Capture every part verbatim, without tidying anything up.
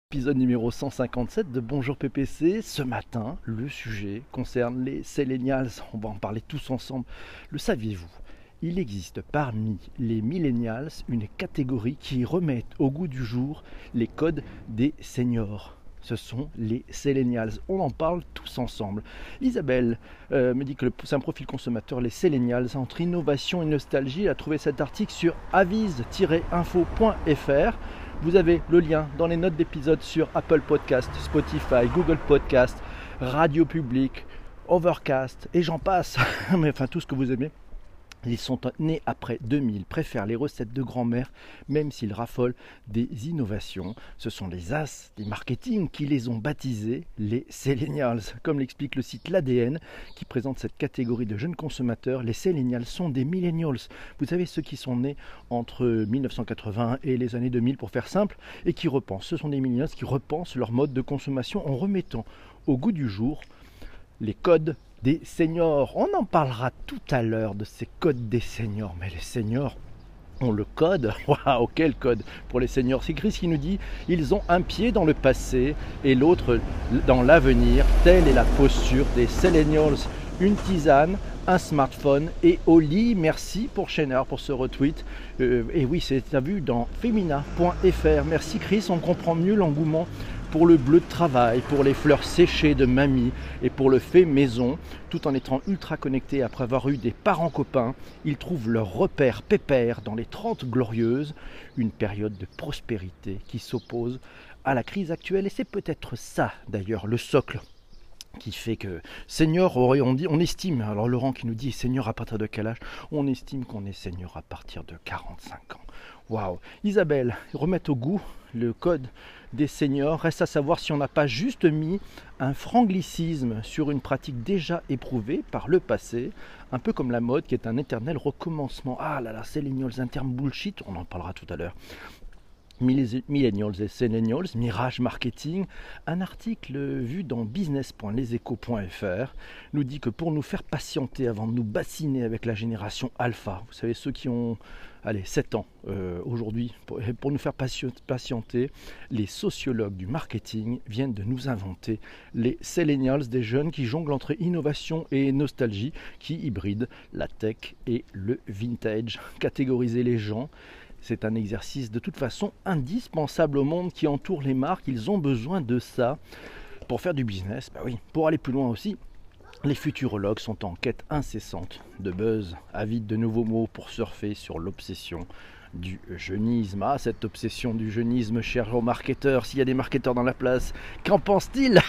Épisode numéro cent cinquante-sept de Bonjour P P C. Ce matin, le sujet concerne les Sellennials. On va en parler tous ensemble. Le saviez-vous? Il existe parmi les millennials une catégorie qui remet au goût du jour les codes des seniors. Ce sont les Sellennials. On en parle tous ensemble. Isabelle euh, me dit que c'est un profil consommateur, les Sellennials, entre innovation et nostalgie. Elle a trouvé cet article sur avise tiret info point f r. Vous avez le lien dans les notes d'épisode sur Apple Podcast, Spotify, Google Podcast, Radio Public, Overcast et j'en passe. Mais enfin tout ce que vous aimez. Ils sont nés après deux mille, préfèrent les recettes de grand-mère, même s'ils raffolent des innovations. Ce sont les as des marketing qui les ont baptisés les Sellennials. Comme l'explique le site l'A D N, qui présente cette catégorie de jeunes consommateurs, les Sellennials sont des millennials. Vous savez, ceux qui sont nés entre mille neuf cent quatre-vingts et les années deux mille, pour faire simple, et qui repensent. Ce sont des millennials qui repensent leur mode de consommation en remettant au goût du jour les codes des seniors. On en parlera tout à l'heure de ces codes des seniors, mais les seniors ont le code. Waouh, quel code pour les seniors? C'est Chris qui nous dit ils ont un pied dans le passé et l'autre dans l'avenir. Telle est la posture des Sellennials. Une tisane, un smartphone et au lit. Merci pour Schenner pour ce retweet. Euh, et oui, c'est à vu dans femina point f r. Merci Chris, on comprend mieux l'engouement pour le bleu de travail, pour les fleurs séchées de mamie et pour le fait maison, tout en étant ultra connectés après avoir eu des parents copains. Ils trouvent leur repère pépère dans les trente glorieuses, une période de prospérité qui s'oppose à la crise actuelle. Et c'est peut-être ça d'ailleurs le socle qui fait que senior, on, dit, on estime, alors Laurent qui nous dit senior à partir de quel âge? On estime qu'on est senior à partir de quarante-cinq ans. Waouh. Isabelle, remettre au goût le code des seniors. Reste à savoir si on n'a pas juste mis un franglicisme sur une pratique déjà éprouvée par le passé, un peu comme la mode qui est un éternel recommencement. Ah là là, Sellennials, un terme bullshit, on en parlera tout à l'heure. Millennials et Sellennials, Mirage Marketing, un article vu dans business point les échos point f r nous dit que pour nous faire patienter avant de nous bassiner avec la génération alpha, vous savez ceux qui ont allez, sept ans euh, aujourd'hui, pour, pour nous faire patienter, les sociologues du marketing viennent de nous inventer les Sellennials, des jeunes qui jonglent entre innovation et nostalgie, qui hybrident la tech et le vintage. Catégoriser les gens, c'est un exercice de toute façon indispensable au monde qui entoure les marques. Ils ont besoin de ça pour faire du business. Bah oui, pour aller plus loin aussi, les futurologues sont en quête incessante de buzz, avides de nouveaux mots pour surfer sur l'obsession du jeunisme. Ah, cette obsession du jeunisme, chers aux marketeurs, s'il y a des marketeurs dans la place, qu'en pense-t-il?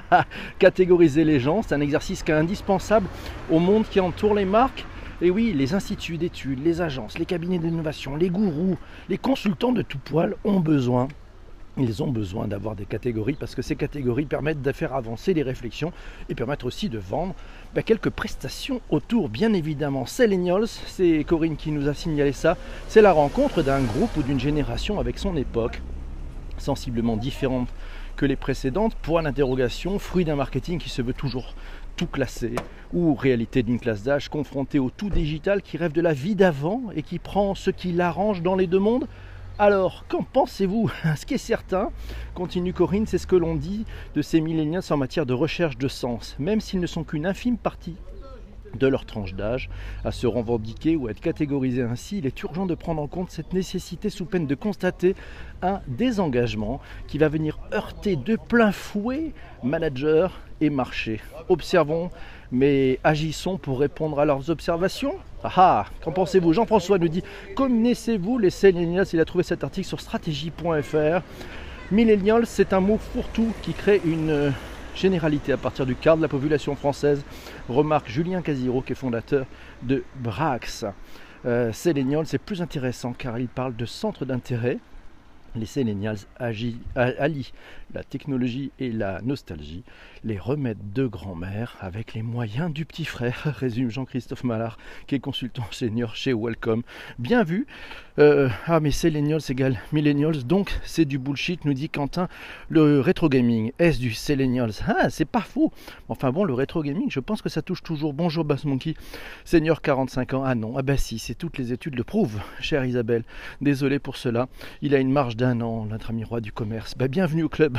Catégoriser les gens, c'est un exercice qui est indispensable au monde qui entoure les marques. Et oui, les instituts d'études, les agences, les cabinets d'innovation, les gourous, les consultants de tout poil ont besoin, ils ont besoin d'avoir des catégories parce que ces catégories permettent de faire avancer les réflexions et permettent aussi de vendre bah, quelques prestations autour. Bien évidemment, Sellennials, c'est Corinne qui nous a signalé ça, c'est la rencontre d'un groupe ou d'une génération avec son époque, sensiblement différente que les précédentes. Point d'interrogation, fruit d'un marketing qui se veut toujours tout classé, ou réalité d'une classe d'âge confrontée au tout digital qui rêve de la vie d'avant et qui prend ce qui l'arrange dans les deux mondes. Alors, qu'en pensez-vous? Ce qui est certain, continue Corinne, c'est ce que l'on dit de ces millennials en matière de recherche de sens, même s'ils ne sont qu'une infime partie de leur tranche d'âge, à se revendiquer ou à être catégorisés ainsi, il est urgent de prendre en compte cette nécessité sous peine de constater un désengagement qui va venir heurter de plein fouet managers et marchés. Observons, mais agissons pour répondre à leurs observations. Ah ah, qu'en pensez-vous? Jean-François nous dit « Connaissez-vous les Sellennials ?» Il a trouvé cet article sur stratégie point f r. Millennials, c'est un mot fourre-tout qui crée une généralité à partir du quart de la population française, remarque Julien Casiro qui est fondateur de Brax. Euh, Sellennials, c'est plus intéressant car il parle de centre d'intérêt. Les Sellennials allient la technologie et la nostalgie, les remèdes de grand-mère avec les moyens du petit frère, résume Jean-Christophe Mallard, qui est consultant senior chez Welcome. Bien vu. Euh, ah mais Sellennials égale Millennials, donc c'est du bullshit, nous dit Quentin. Le rétro gaming, est-ce du Sellennials? Ah, c'est pas faux. Enfin bon, le rétro gaming, je pense que ça touche toujours. Bonjour Bass Monkey, senior quarante-cinq ans. Ah non, ah bah si, c'est toutes les études le prouvent, chère Isabelle. Désolé pour cela. Il a une marge d'un an, notre ami roi du commerce. Ben, bienvenue au club.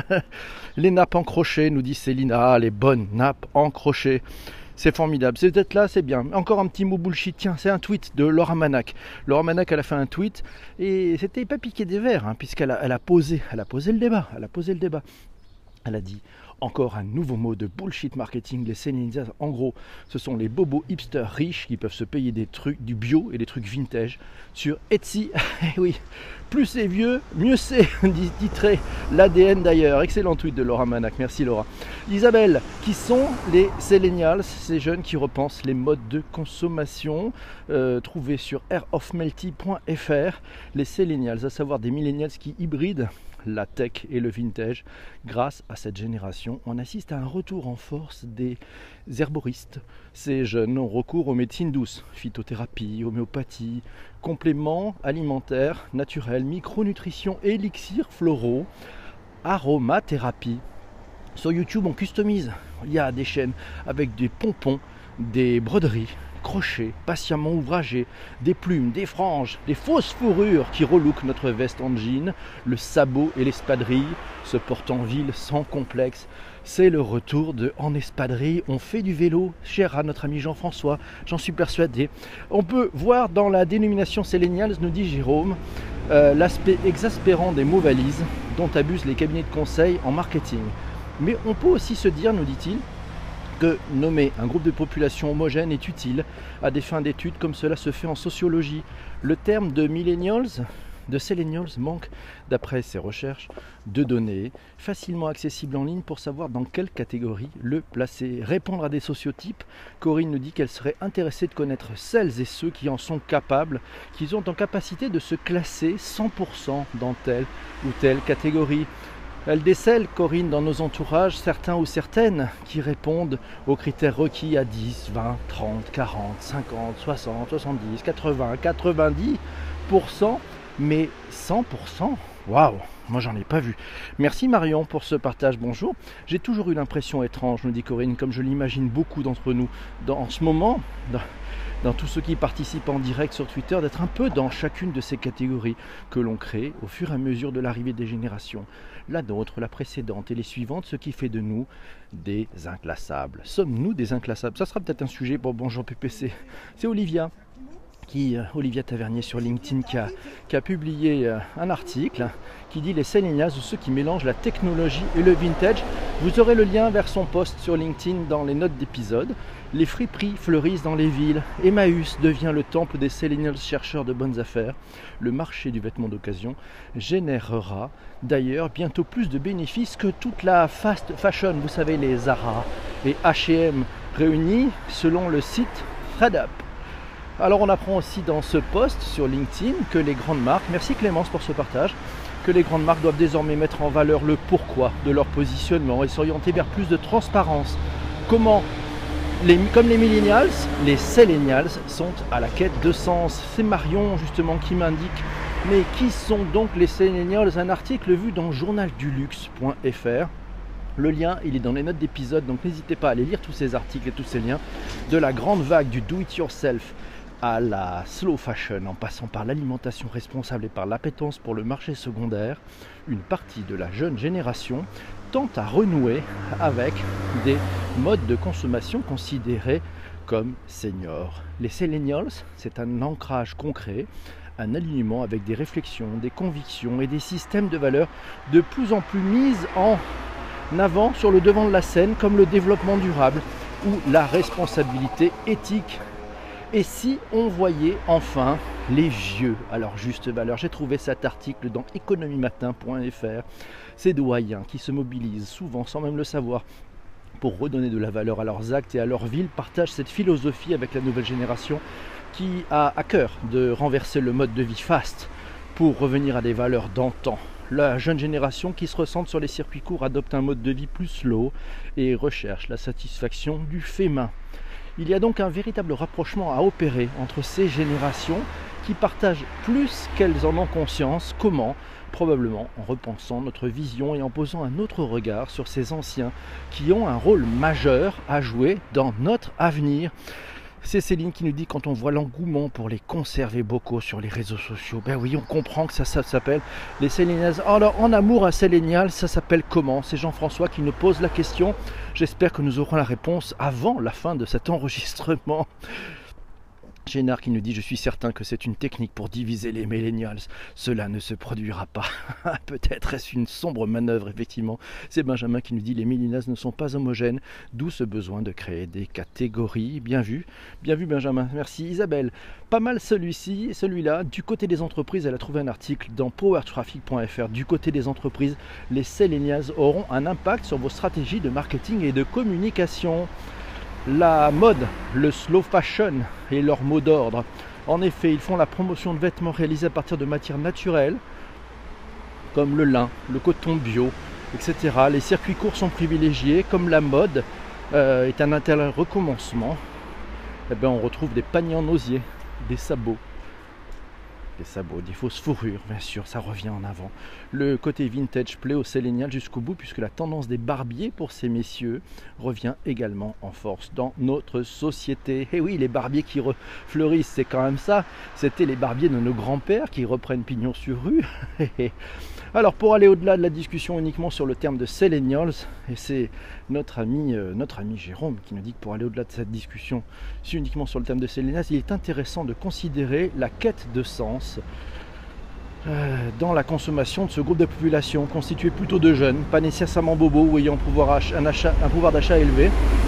Les nappes en crochet, nous dit Céline. Ah, les bonnes nappes en crochet. C'est formidable. C'est d'être là, c'est bien. Encore un petit mot bullshit. Tiens, c'est un tweet de Laura Manac. Laura Manac, elle a fait un tweet et c'était pas piqué des verres, hein, puisqu'elle a, elle a posé, elle a posé le débat. Elle a posé le débat. Elle a dit encore un nouveau mot de bullshit marketing, les Sélénials. En gros, ce sont les bobos hipsters riches qui peuvent se payer des trucs, du bio et des trucs vintage sur Etsy. Oui, plus c'est vieux, mieux c'est, dit l'A D N d'ailleurs. Excellent tweet de Laura Manac, merci Laura. Isabelle, qui sont les Sélénials, ces jeunes qui repensent les modes de consommation, euh, trouvés sur air of melty point f r. Les Sélénials, à savoir des millennials qui hybrident la tech et le vintage. Grâce à cette génération, on assiste à un retour en force des herboristes. Ces jeunes ont recours aux médecines douces, phytothérapie, homéopathie, compléments alimentaires naturels, micronutrition, élixirs floraux, aromathérapie. Sur YouTube, on customise. Il y a des chaînes avec des pompons, des broderies, crochets patiemment ouvragés, des plumes, des franges, des fausses fourrures qui relookent notre veste en jean, le sabot et l'espadrille se portent en ville sans complexe. C'est le retour de En espadrille, on fait du vélo, cher à notre ami Jean-François, j'en suis persuadé. On peut voir dans la dénomination Sélénials, nous dit Jérôme, euh, l'aspect exaspérant des mots valises dont abusent les cabinets de conseil en marketing. Mais on peut aussi se dire, nous dit-il, que nommer un groupe de population homogène est utile à des fins d'études comme cela se fait en sociologie. Le terme de millennials, de Sélénials manque, d'après ses recherches, de données facilement accessibles en ligne pour savoir dans quelle catégorie le placer. Répondre à des sociotypes, Corinne nous dit qu'elle serait intéressée de connaître celles et ceux qui en sont capables, qui ont en capacité de se classer cent pour cent dans telle ou telle catégorie. Elle décèle, Corinne, dans nos entourages, certains ou certaines qui répondent aux critères requis à dix, vingt, trente, quarante, cinquante, soixante, soixante-dix, quatre-vingts, quatre-vingt-dix pour cent, mais cent pour cent. Waouh, moi j'en ai pas vu. Merci Marion pour ce partage, bonjour. J'ai toujours eu l'impression étrange, nous dit Corinne, comme je l'imagine beaucoup d'entre nous dans, en ce moment, dans, dans tous ceux qui participent en direct sur Twitter, d'être un peu dans chacune de ces catégories que l'on crée au fur et à mesure de l'arrivée des générations. La nôtre, la précédente et les suivantes, ce qui fait de nous des inclassables. Sommes-nous des inclassables? Ça sera peut-être un sujet pour Bonjour P P C. C'est Olivia. Qui, Olivia Tavernier sur LinkedIn qui a, qui a publié un article qui dit les Sélénials ou ceux qui mélangent la technologie et le vintage. Vous aurez le lien vers son post sur LinkedIn dans les notes d'épisode. Les friperies fleurissent dans les villes. Emmaüs devient le temple des Sélénials chercheurs de bonnes affaires. Le marché du vêtement d'occasion générera d'ailleurs bientôt plus de bénéfices que toute la fast fashion. Vous savez, les Zara et H et M réunis selon le site ThredUp. Alors on apprend aussi dans ce post sur LinkedIn que les grandes marques, merci Clémence pour ce partage, que les grandes marques doivent désormais mettre en valeur le pourquoi de leur positionnement et s'orienter vers plus de transparence. Comment, les, comme les millennials, les Sélénials sont à la quête de sens. C'est Marion justement qui m'indique, mais qui sont donc les Sélénials? Un article vu dans journal du luxe point f r. Le lien, il est dans les notes d'épisode, donc n'hésitez pas à aller lire tous ces articles et tous ces liens. De la grande vague du do-it-yourself à la slow fashion, en passant par l'alimentation responsable et par l'appétence pour le marché secondaire, une partie de la jeune génération tente à renouer avec des modes de consommation considérés comme seniors. Les Sélénials, c'est un ancrage concret, un alignement avec des réflexions, des convictions et des systèmes de valeurs de plus en plus mises en avant sur le devant de la scène, comme le développement durable ou la responsabilité éthique. Et si on voyait enfin les vieux à leur juste valeur? J'ai trouvé cet article dans économie matin point f r. Ces doyens qui se mobilisent souvent sans même le savoir pour redonner de la valeur à leurs actes et à leur ville partagent cette philosophie avec la nouvelle génération qui a à cœur de renverser le mode de vie fast pour revenir à des valeurs d'antan. La jeune génération qui se ressente sur les circuits courts adopte un mode de vie plus slow et recherche la satisfaction du fait main. Il y a donc un véritable rapprochement à opérer entre ces générations qui partagent plus qu'elles en ont conscience. Comment? Probablement en repensant notre vision et en posant un autre regard sur ces anciens qui ont un rôle majeur à jouer dans notre avenir. C'est Céline qui nous dit quand on voit l'engouement pour les conserves bocaux sur les réseaux sociaux, ben oui, on comprend que ça, ça s'appelle les Séléniales. Alors en amour, un Sélénial, ça s'appelle comment? C'est Jean-François qui nous pose la question. J'espère que nous aurons la réponse avant la fin de cet enregistrement. Génard qui nous dit « Je suis certain que c'est une technique pour diviser les millennials. Cela ne se produira pas. » Peut-être est-ce une sombre manœuvre, effectivement. C'est Benjamin qui nous dit « Les millennials ne sont pas homogènes, d'où ce besoin de créer des catégories. » Bien vu, bien vu Benjamin. Merci Isabelle. Pas mal celui-ci, celui-là. Du côté des entreprises, elle a trouvé un article dans power traffic point f r. Du côté des entreprises, les millennials auront un impact sur vos stratégies de marketing et de communication. La mode, le slow fashion est leur mot d'ordre. En effet, ils font la promotion de vêtements réalisés à partir de matières naturelles, comme le lin, le coton bio, et cetera. Les circuits courts sont privilégiés, comme la mode euh, est un intérieur recommencement. Eh bien, on retrouve des paniers en osier, des sabots. Des sabots, des fausses fourrures, bien sûr, ça revient en avant. Le côté vintage plaît aux Sélénials jusqu'au bout, puisque la tendance des barbiers pour ces messieurs revient également en force dans notre société. Et oui, les barbiers qui fleurissent, c'est quand même ça. C'était les barbiers de nos grands-pères qui reprennent pignon sur rue. Alors, pour aller au-delà de la discussion uniquement sur le terme de Sélénials, et c'est notre ami, euh, notre ami Jérôme qui nous dit que pour aller au-delà de cette discussion, si uniquement sur le terme de Sélénials, il est intéressant de considérer la quête de sens euh, dans la consommation de ce groupe de population constitué plutôt de jeunes, pas nécessairement bobos ou ayant pouvoir un, achat, un pouvoir d'achat élevé.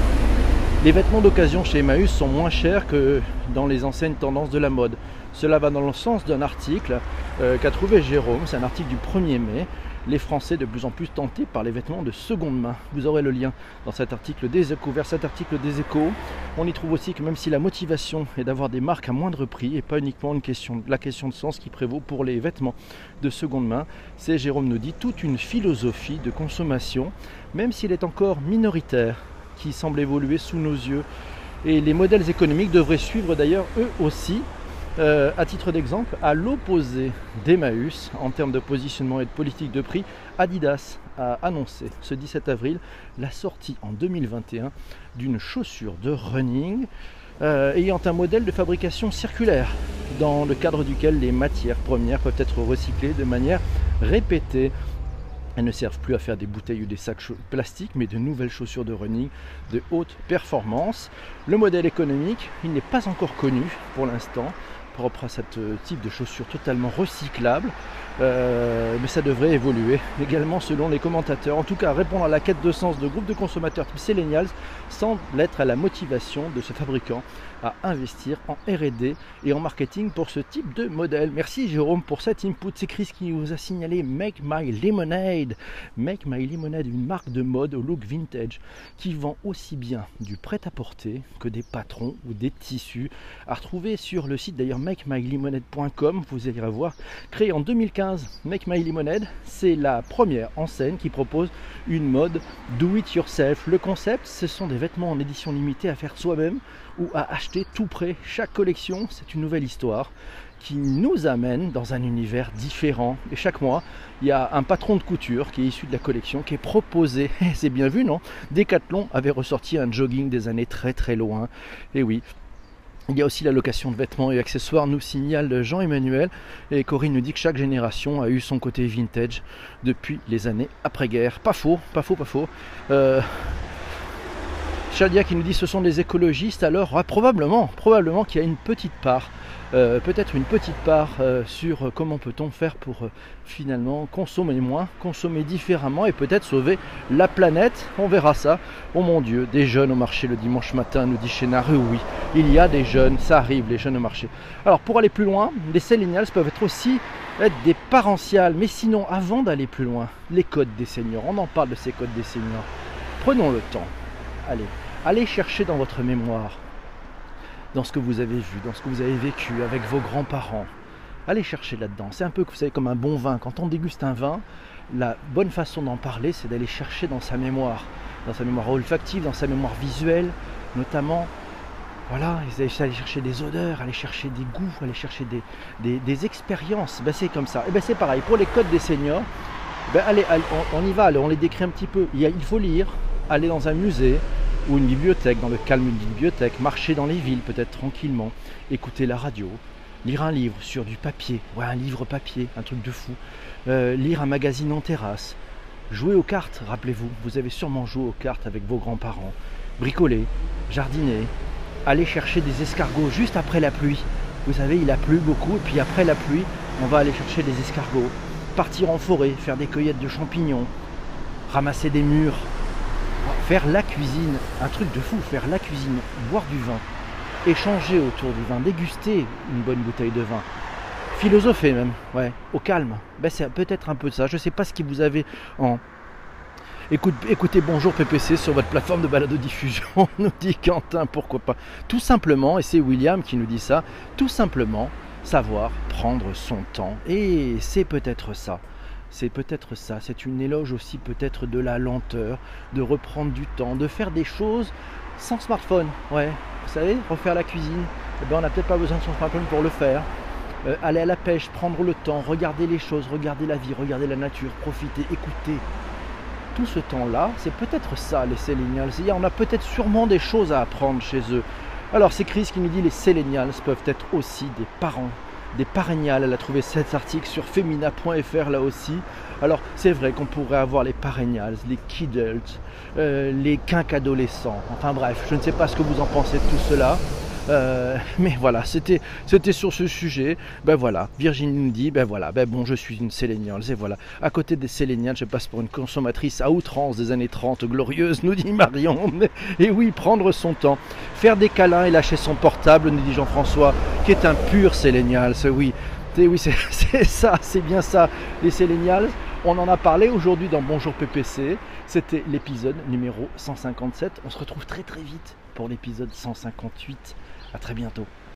Les vêtements d'occasion chez Emmaüs sont moins chers que dans les enseignes tendances de la mode. Cela va dans le sens d'un article euh, qu'a trouvé Jérôme, c'est un article du premier mai. Les Français de plus en plus tentés par les vêtements de seconde main. Vous aurez le lien dans cet article des Échos, vers cet article des Échos. On y trouve aussi que même si la motivation est d'avoir des marques à moindre prix et pas uniquement une question, la question de sens qui prévaut pour les vêtements de seconde main, c'est, Jérôme nous dit, toute une philosophie de consommation, même s'il est encore minoritaire, qui semble évoluer sous nos yeux. Et les modèles économiques devraient suivre d'ailleurs eux aussi. Euh, à titre d'exemple, à l'opposé d'Emmaüs, en termes de positionnement et de politique de prix, Adidas a annoncé ce dix-sept avril la sortie en deux mille vingt et un d'une chaussure de running euh, ayant un modèle de fabrication circulaire, dans le cadre duquel les matières premières peuvent être recyclées de manière répétée. Elles ne servent plus à faire des bouteilles ou des sacs plastiques, mais de nouvelles chaussures de running de haute performance. Le modèle économique, il n'est pas encore connu pour l'instant, propre à ce type de chaussures totalement recyclables, euh, mais ça devrait évoluer également selon les commentateurs. En tout cas, répondre à la quête de sens de groupes de consommateurs type Sélénials semble être à la motivation de ce fabricant à investir en R et D et en marketing pour ce type de modèle. Merci Jérôme pour cet input. C'est Chris qui nous a signalé Make My Lemonade. Make My Lemonade, une marque de mode au look vintage qui vend aussi bien du prêt-à-porter que des patrons ou des tissus, à retrouver sur le site d'ailleurs make my lemonade point com. Vous irez voir, créé en deux mille quinze, Make My Lemonade, c'est la première enseigne qui propose une mode do it yourself. Le concept, ce sont des vêtements en édition limitée à faire soi-même ou à acheter tout près. Chaque collection, c'est une nouvelle histoire qui nous amène dans un univers différent. Et chaque mois, il y a un patron de couture qui est issu de la collection, qui est proposé. C'est bien vu, non? Decathlon avait ressorti un jogging des années très très loin. Et oui, il y a aussi la location de vêtements et accessoires, nous signale Jean-Emmanuel. Et Corinne nous dit que chaque génération a eu son côté vintage depuis les années après-guerre. Pas faux, pas faux, pas faux. Euh... Shadia qui nous dit ce sont des écologistes, alors ouais, probablement, probablement qu'il y a une petite part, euh, peut-être une petite part euh, sur comment peut-on faire pour euh, finalement consommer moins, consommer différemment et peut-être sauver la planète. On verra ça. Oh mon Dieu, des jeunes au marché le dimanche matin, nous dit Chénard. Oui, il y a des jeunes, ça arrive, les jeunes au marché. Alors pour aller plus loin, les Sélénials peuvent être aussi être des parentiales, mais sinon avant d'aller plus loin, les codes des seniors, on en parle de ces codes des seniors. Prenons le temps, allez. Allez chercher dans votre mémoire, dans ce que vous avez vu, dans ce que vous avez vécu avec vos grands-parents. Allez chercher là-dedans. C'est un peu, vous savez, comme un bon vin. Quand on déguste un vin, la bonne façon d'en parler, c'est d'aller chercher dans sa mémoire, dans sa mémoire olfactive, dans sa mémoire visuelle, notamment. Voilà, aller chercher des odeurs, aller chercher des goûts, aller chercher des, des, des expériences. Ben, c'est comme ça. Et ben, c'est pareil. Pour les codes des seniors, ben, allez, allez, on, on y va, allez, on les décrit un petit peu. Il, y a, il faut lire, aller dans un musée, ou une bibliothèque, dans le calme d'une bibliothèque, marcher dans les villes peut-être tranquillement, écouter la radio, lire un livre sur du papier, ouais, un livre papier, un truc de fou, euh, lire un magazine en terrasse, jouer aux cartes, rappelez-vous, vous avez sûrement joué aux cartes avec vos grands-parents, bricoler, jardiner, aller chercher des escargots juste après la pluie. Vous savez, il a plu beaucoup, et puis après la pluie, on va aller chercher des escargots, partir en forêt, faire des cueillettes de champignons, ramasser des mûres, faire la cuisine, un truc de fou, faire la cuisine, boire du vin, échanger autour du vin, déguster une bonne bouteille de vin, philosopher même, ouais, au calme. Ben, c'est peut-être un peu de ça, je ne sais pas ce que vous avez en... Écoute, écoutez Bonjour P P C sur votre plateforme de balado-diffusion, nous dit Quentin, pourquoi pas. Tout simplement, et c'est William qui nous dit ça, tout simplement savoir prendre son temps. Et c'est peut-être ça, c'est peut-être ça, c'est une éloge aussi peut-être de la lenteur, de reprendre du temps, de faire des choses sans smartphone. Ouais, vous savez, refaire la cuisine, eh ben, on n'a peut-être pas besoin de son smartphone pour le faire. Euh, aller à la pêche, prendre le temps, regarder les choses, regarder la vie, regarder la nature, profiter, écouter. Tout ce temps-là, c'est peut-être ça les Sélénials. On a peut-être sûrement des choses à apprendre chez eux. Alors c'est Chris qui nous dit les Sélénials peuvent être aussi des parents, des paréniales. Elle a trouvé cet article sur femina point f r là aussi. Alors c'est vrai qu'on pourrait avoir les parénials, les kidults, euh, les quinquadolescents. Enfin bref, je ne sais pas ce que vous en pensez de tout cela. Euh, mais voilà, c'était c'était sur ce sujet. Ben voilà, Virginie nous dit, ben voilà, ben bon, je suis une Sélénials, et voilà. À côté des Sélénials, je passe pour une consommatrice à outrance des années trente glorieuses, nous dit Marion. Et oui, prendre son temps, faire des câlins et lâcher son portable, nous dit Jean-François, qui est un pur Sélénials, oui. Et oui, c'est, c'est ça, c'est bien ça, les Sélénials. On en a parlé aujourd'hui dans Bonjour P P C. C'était l'épisode numéro cent cinquante-sept. On se retrouve très très vite pour l'épisode cent cinquante-huit. À très bientôt.